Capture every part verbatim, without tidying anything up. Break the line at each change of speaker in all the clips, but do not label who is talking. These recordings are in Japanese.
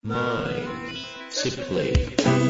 Mind Simply。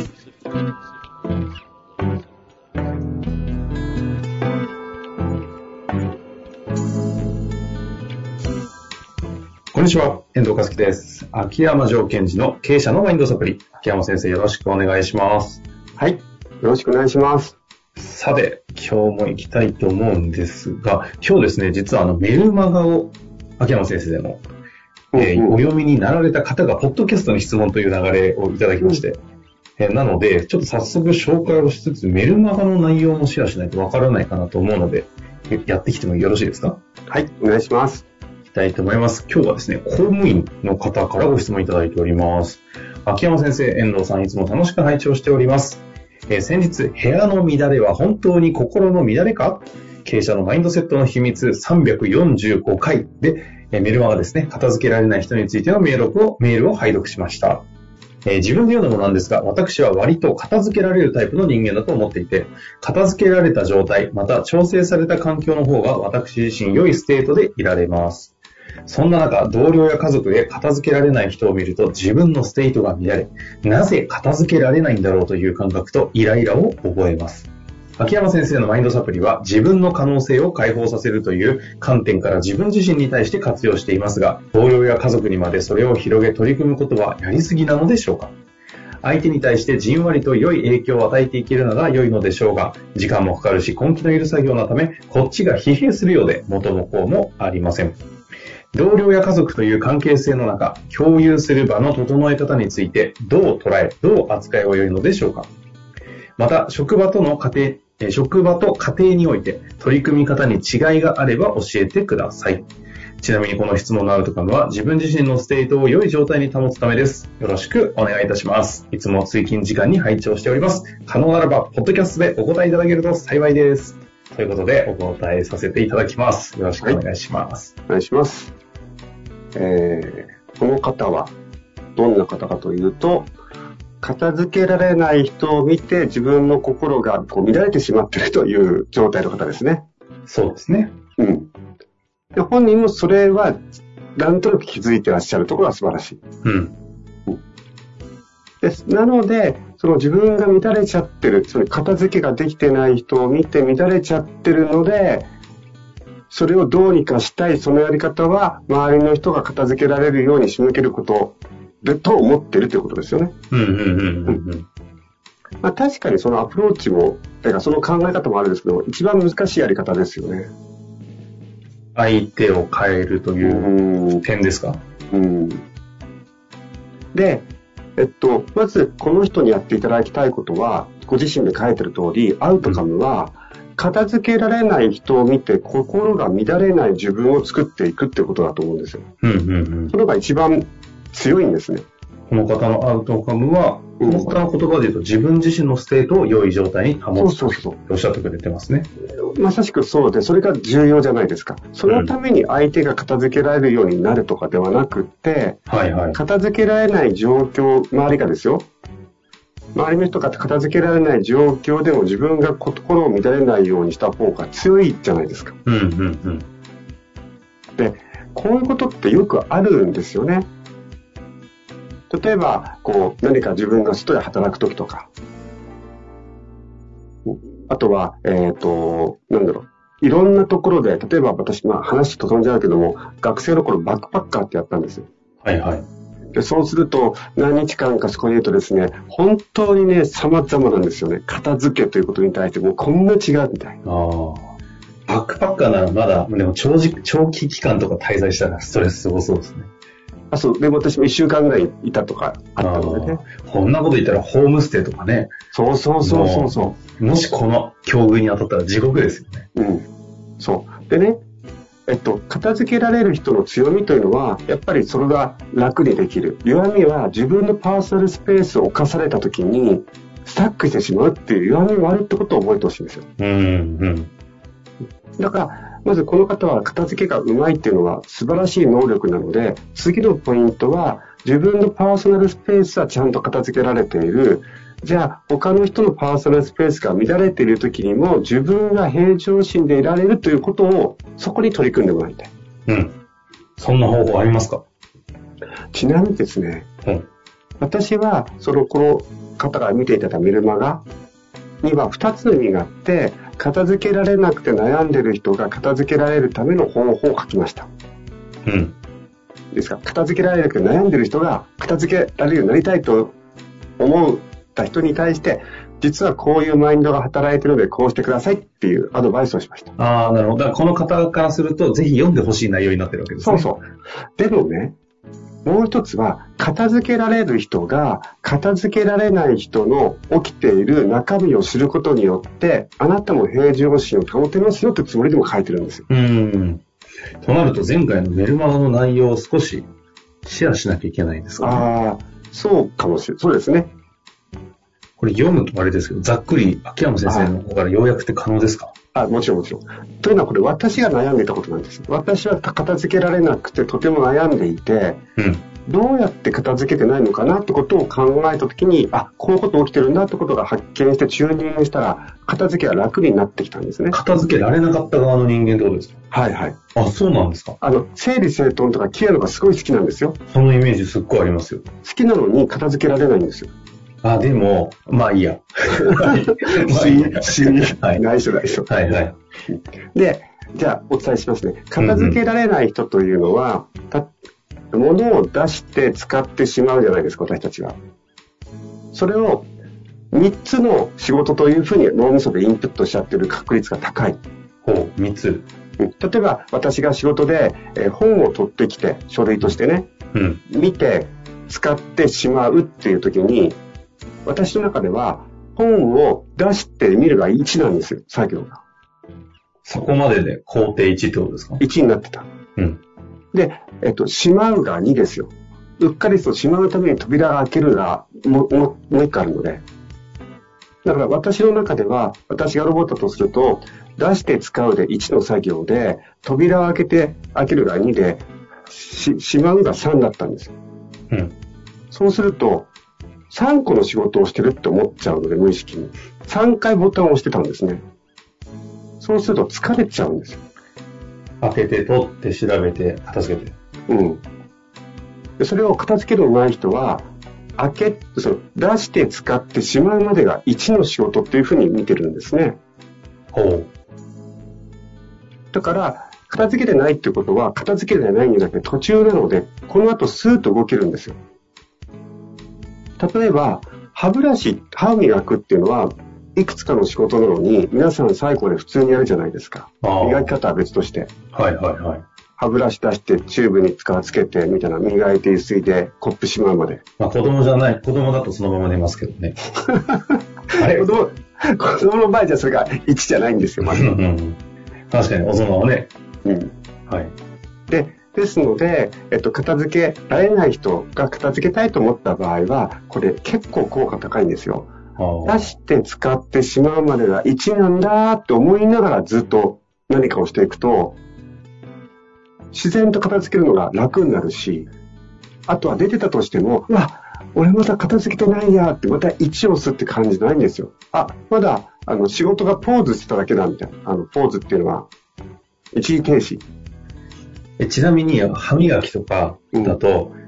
こんにちは、遠藤和樹です。秋山条件時の経営者のマインドサプリ。秋山先生、よろしくお願いします。
はい、よろしくお願いします。
さて、今日も行きたいと思うんですが、今日ですね、実はあのメルマガを秋山先生でも、えーうんうん、お読みになられた方がポッドキャストの質問という流れをいただきまして、うんえー、なのでちょっと早速紹介をしつつメルマガの内容もシェアしないとわからないかなと思うので、やってきてもよろしいですか？
はい、お願いします。
いきたいと思います。今日はですね、公務員の方からご質問いただいております。秋山先生、遠藤さん、いつも楽しく拝聴しております。えー、先日、部屋の乱れは本当に心の乱れか？経営者のマインドセットの秘密さんびゃくよんじゅうごかいで、えー、メルマガですね、片付けられない人についてのメールを、メールを拝読しました。えー、自分で言うのもなんですが、私は割と片付けられるタイプの人間だと思っていて、片付けられた状態、また調整された環境の方が私自身良いステートでいられます。そんな中、同僚や家族で片付けられない人を見ると自分のステートが乱れ、なぜ片付けられないんだろうという感覚とイライラを覚えます。秋山先生のマインドサプリは自分の可能性を解放させるという観点から自分自身に対して活用していますが、同僚や家族にまでそれを広げ取り組むことはやりすぎなのでしょうか？相手に対してじんわりと良い影響を与えていけるのが良いのでしょうが、時間もかかるし根気のいる作業のため、こっちが疲弊するようで元も子もありません。同僚や家族という関係性の中、共有する場の整え方についてどう捉え、どう扱いを良いのでしょうか？また、職場との家庭、職場と家庭において取り組み方に違いがあれば教えてください。ちなみにこの質問のアウトカムは自分自身のステートを良い状態に保つためです。よろしくお願いいたします。いつも通勤時間に拝聴しております。可能ならば、ポッドキャストでお答えいただけると幸いです。ということで、お答えさせていただきます。よろしくお願いします。
はい、お願いします。えー、この方はどんな方かというと、片付けられない人を見て自分の心がこう乱れてしまっているという状態の方ですね。
そうですね。
うん。で本人もそれはなんとなく気づいてらっしゃるところは素晴らしい。
うん。
うん、です。なので、その自分が乱れちゃってる、その片付けができてない人を見て乱れちゃってるので、それをどうにかしたい、そのやり方は周りの人が片付けられるように仕向けることでと思ってるということですよね。
うんうんうんうんうん。
まあ、確かにそのアプローチも、だからその考え方もあるんですけど、一番難しいやり方ですよね。
相手を変えるという点ですか？
うん。で、えっと、まずこの人にやっていただきたいことは、ご自身で書いてる通り、アウトカムは、片付けられない人を見て心が乱れない自分を作っていくってことだと思うんですよ。
うんうんうん。
それが一番強いんですね。
この方のアウトカムは、この方の言葉で言うと自分自身のステートを良い状態に保つとおっしゃってくれてますね。
まさしくそうで、それが重要じゃないですか。そのために相手が片付けられるようになるとかではなくって、
うんはいはい、
片付けられない状況、周りがですよ。周りの人が片付けられない状況でも自分が心を乱れないようにした方が強いじゃないですか。
うんうんうん、
で、こういうことってよくあるんですよね。例えば、こう、何か自分が外で働くときとか、あとは、えっと、なんだろう、いろんなところで、例えば私、まあ話飛んじゃうけども、学生の頃バックパッカーってやったんですよ。
はいはい。
でそうすると、何日間かそこにいるとですね、本当にね、様々なんですよね。片付けということに対して、もうこんな違うみたいな。
ああ。バックパッカーならまだ、でも長時、長期期間とか滞在したらストレスすごそうですね。
あ、そう。でも私もいっしゅうかんぐらいいたとかあったのでね。
こんなこと言ったらホームステイとかね。
そうそうそうそうそう。
もしこの境遇に当たったら地獄ですよね。
うん。そう。でね、えっと、片付けられる人の強みというのは、やっぱりそれが楽にできる。弱みは自分のパーソナルスペースを侵されたときに、スタックしてしまうっていう弱みもあるってことを覚えてほしいんですよ。
うんうん。
だから、まずこの方は片付けがうまいっていうのは素晴らしい能力なので、次のポイントは自分のパーソナルスペースはちゃんと片付けられている。じゃあ他の人のパーソナルスペースが乱れている時にも自分が平常心でいられるということをそこに取り組んでもらいたい。
うん。そんな方法ありますか？
ちなみにですね、
うん、
私は、その、この方が見ていただいたメルマガにはふたつの意味があって、片付けられなくて悩んでる人が片付けられるための方法を書きました。
うん。
ですから、片付けられなくて悩んでる人が片付けられるようになりたいと思った人に対して、実はこういうマインドが働いているのでこうしてくださいっていうアドバイスをしました。
ああ、なるほど。だからこの方からすると、ぜひ読んでほしい内容になってるわけですね。
そうそう。でもね、もう一つは、片付けられる人が片付けられない人の起きている中身を知ることによって、あなたも平常心を保てますよってつもりでも書いてるんですよ。
うん。となると前回のメルマガの内容を少しシェアしなきゃいけないんですかね。
ああ、そうかもしれない。そうですね。
これ読むとあれですけど、ざっくり秋山先生の方から要約って可能ですか？
あ、もちろんもちろん。というのはこれ私が悩んでいたことなんです。私は片付けられなくてとても悩んでいて、うん、どうやって片付けてないのかなってことを考えたときに、あ、こういうこと起きてるんだってことが発見してチューニングしたら、片付けが楽になってきたんですね。
片付けられなかった側の人間ってことですか？
はいはい。
あ、そうなんですか？
あの、整理整頓とか綺麗なのがすごい好きなんですよ。
そのイメージすっごいありますよ。
好きなのに片付けられないんですよ。
あ、でも、まあいいや。
死に、内緒内緒。
はいはい。
で、じゃあお伝えしますね。片付けられない人というのは、うんうん、た物を出して使ってしまうじゃないですか、私たちは。それをみっつの仕事というふうに脳みそでインプットしちゃってる確率が高い。
ほう、みっつ。
例えば私が仕事で、えー、本を取ってきて、書類としてね、うん、見て使ってしまうっていう時に、私の中では本を出してみるがいちなんですよ、作業が。
そこまでで工程いちってことですか？
いちになってた。うん。で、えっと、しまうがにですよ。うっかりするとしまうために扉が開けるがもう、もう一個あるので。だから私の中では、私がロボットとすると、出して使うでいちの作業で、扉を開けて開けるがにで、し、しまうがさんだったんですよ。うん。そうすると、さんこの仕事をしてるって思っちゃうので、無意識に。さんかいボタンを押してたんですね。そうすると疲れちゃうんですよ。
開けて、取って、調べて、片付けて。
うん。でそれを片付ける上手い人は、開け、その出して使ってしまうまでがいちの仕事っていうふうに見てるんですね。
ほう。
だから、片付けてないってことは、片付けてないんじゃなくて途中なので、この後スーッと動けるんですよ。例えば、歯ブラシ、歯を磨くっていうのは、いくつかの仕事なのに、皆さん最後で普通にやるじゃないですか。磨き方は別として。
はいはいはい。
歯ブラシ出してチューブに使つけてみたいな、磨いてゆすいでコップしまうまで。
まあ子供じゃない、子供だとそのまま寝ますけどね。
あれ子供、子供の場合じゃそれがいちじゃないんですよ、まず。うん、
確かに、おそのはね。
うん。はい。で、ですので、えっと、片付けられない人が片付けたいと思った場合は、これ結構効果高いんですよ。出して使ってしまうまでがいちなんだって思いながらずっと何かをしていくと、自然と片付けるのが楽になるし、あとは出てたとしても、うわ、俺まだ片付けてないやってまたいちを押すって感じないんですよ。あ、まだあの仕事がポーズしてただけだみたいな。あのポーズっていうのは一時停止。
えちなみに歯磨きとかだと、うん、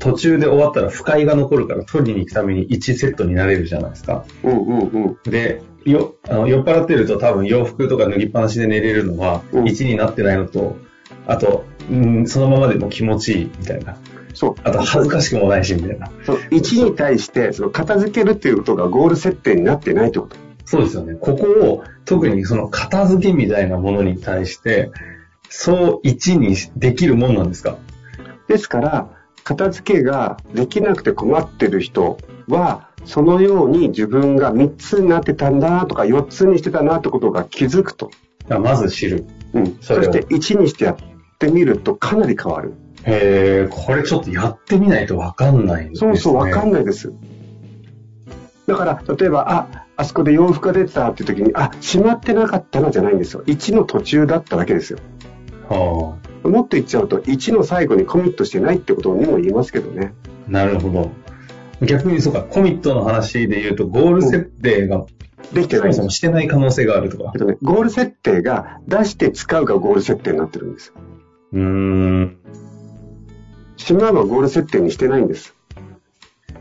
途中で終わったら不快が残るから取りに行くためにいちセットになれるじゃないですか。
うんうんうん、
でよあの酔っ払ってると多分洋服とか脱ぎっぱなしで寝れるのは、うん、いちになってないのと、あと、うん、そのままでも気持ちいいみたいな。そう。あと恥ずかしくもないしみたいな。
そう。いちに対してその片付けるっていうことがゴール設定になってないってこと。
そうですよね。ここを特にその片付けみたいなものに対してそういちにできるもんなんですか？
ですから片付けができなくて困ってる人はそのように自分がみっつになってたんだとかよっつにしてたなってことが気づくと。
まず知る。
うん。そ, そしていちにしてやってみるとかなり変わる。
へー、これちょっとやってみないとわかんないんですね。
そうそう、わかんないです。だから例えばああそこで洋服が出てたっていう時にあしまってなかったのじゃないんですよ。いちの途中だっただけですよ。はあ、もっと言っちゃうといちの最後にコミットしてないってことにも言いますけどね。
なるほど。逆にそうか、コミットの話で言うとゴール設定ができてない。そもそもしてない可能性があるとか。
えっとね、ゴール設定が出して使うがゴール設定になってるんですよ。
うーん。
しまうはゴール設定にしてないんです。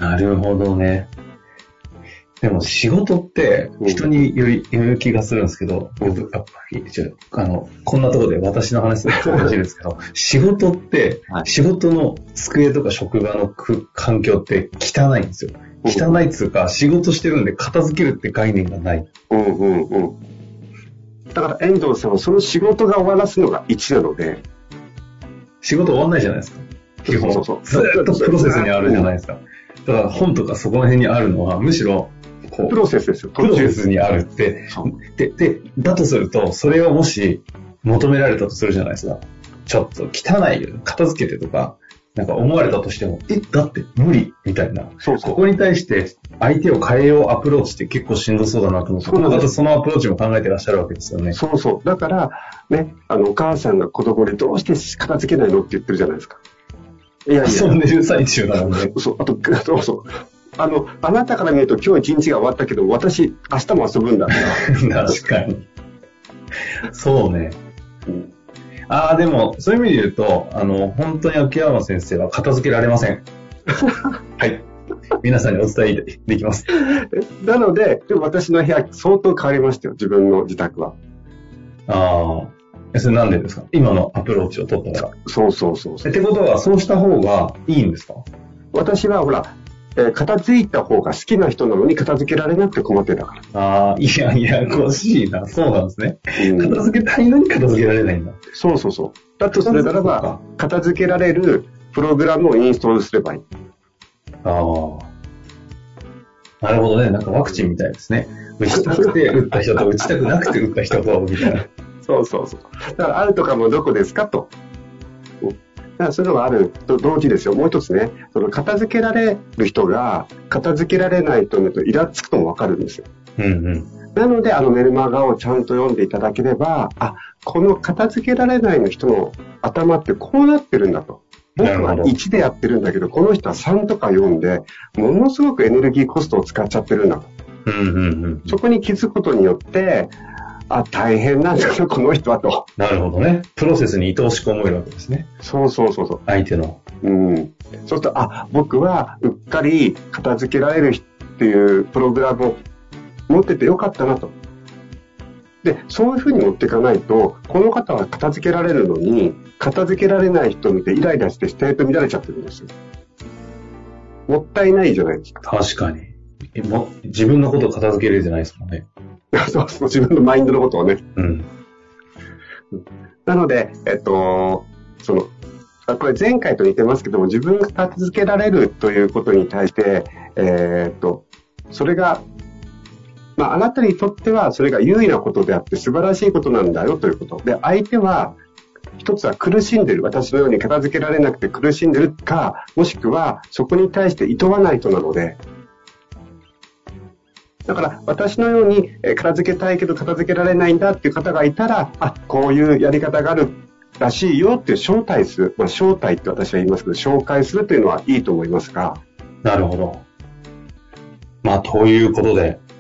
なるほどね。でも仕事って人により、よる気がするんですけど、うん、やっぱり、あの、こんなところで私の話すると楽しいですけど、仕事って、仕事の机とか職場の環境って汚いんですよ。汚いっつうか、仕事してるんで片付けるって概念がない。
うんうんうん。だから遠藤さんはその仕事が終わらすのがいちなので、
仕事終わんないじゃないですか。基本。そうそうそう。ずっとプロセスにあるじゃないですか。だから本とかそこの辺にあるのは、むしろ、
プロセスですよ。
プロセスにあるって。で、で、だとすると、それをもし求められたとするじゃないですか。ちょっと汚いよ、片付けてとか、なんか思われたとしても、え、だって無理みたいな。そうそう。ここに対して相手を変えようアプローチって結構しんどそうだなと思って、この方そのアプローチも考えてらっしゃるわけですよね。
そうそう。だから、ね、あの、お母さんが子供にどうして片付けないのって言ってるじゃないですか。
いやいや。遊んでる最中なので。
そう、あと、そうそう。あの、あなたから見ると今日一日が終わったけど、私、明日も遊ぶんだ。
確かに。そうね。うん、ああ、でも、そういう意味で言うと、あの、本当に秋山先生は片付けられません。はい。皆さんにお伝えできます。
なので、でも私の部屋相当変わりましたよ、自分の自宅は。
ああ。それなんでですか？今のアプローチを取ったから。
そうそうそうそう。
ってことは、そうした方がいいんですか？
私は、ほら、えー、片付いた方が好きな人なのに片付けられなくて困ってたから。
ああ、いやいや、こしいな。そうなんですね。うん、片付けたいのに片付けられないんだ。
そうそうそう。だとすれば、片付けられるプログラムをインストールすればいい。
ああ。なるほどね。なんかワクチンみたいですね。打ちたくて打った人と打ちたくなくて打った人と、みたいな。
そうそうそう。だから、あるとかもどこですかと。だからそういうのがあると同時ですよ。もう一つね、その片付けられる人が片付けられない人のとイラつくともわかるんですよ。うんうん。なので、あのメルマガをちゃんと読んでいただければ、あ、この片付けられないの人の頭ってこうなってるんだと。僕はいちでやってるんだけど、この人はさんとか読んで、ものすごくエネルギーコストを使っちゃってるんだと。うんうんうん。そこに気づくことによって、あ、大変なんだな、この人はと。
なるほどね。プロセスに愛おしく思えるわけですね。
そうそうそうそう。
相手の。
うん。そうすると、あ、僕はうっかり片付けられるっていうプログラムを持っててよかったなと。で、そういうふうに持っていかないと、この方は片付けられるのに、片付けられない人を見てイライラしてステート乱れちゃってるんですよ。もったいないじゃないですか。
確かに。えも自分のことを片付けるじゃないですもんね。
そうそう、自分のマインドのことをね。
うん。
なので、えっと、その、これ前回と似てますけども、自分が片付けられるということに対して、えー、っと、それが、まあ、あなたにとってはそれが優位なことであって素晴らしいことなんだよということ。で、相手は、一つは苦しんでる。私のように片付けられなくて苦しんでるか、もしくはそこに対して厭わない人なので、だから私のように片付けたいけど片付けられないんだっていう方がいたら、あ、こういうやり方があるらしいよっていう招待する。まあ、招待って私は言いますけど、紹介するというのはいいと思いますが。
なるほど。まあ、ということで、
うん。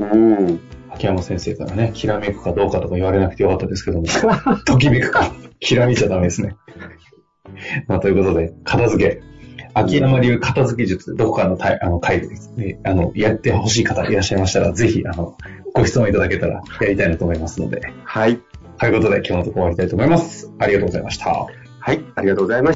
秋山先生からね、きらめくかどうかとか言われなくてよかったですけども、ときめくか、きらめちゃダメですね。まあ、ということで、片付け。秋山流片付け術、どこかのたあの回でですね、あの、やってほしい方いらっしゃいましたら、ぜひ、あの、ご質問いただけたらやりたいなと思いますので。
はい。
ということで、今日のところ終わりたいと思います。ありがとうございました。
はい、ありがとうございました。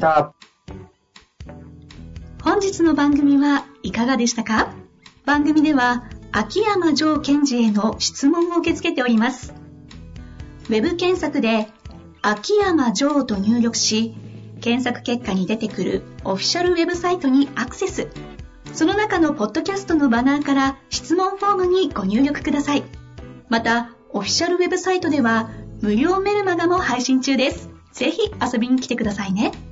本日の番組はいかがでしたか？番組では、秋山城賢治への質問を受け付けております。ウェブ検索で、秋山城と入力し、検索結果に出てくるオフィシャルウェブサイトにアクセス。その中のポッドキャストのバナーから質問フォームにご入力ください。また、オフィシャルウェブサイトでは無料メルマガも配信中です。ぜひ遊びに来てくださいね。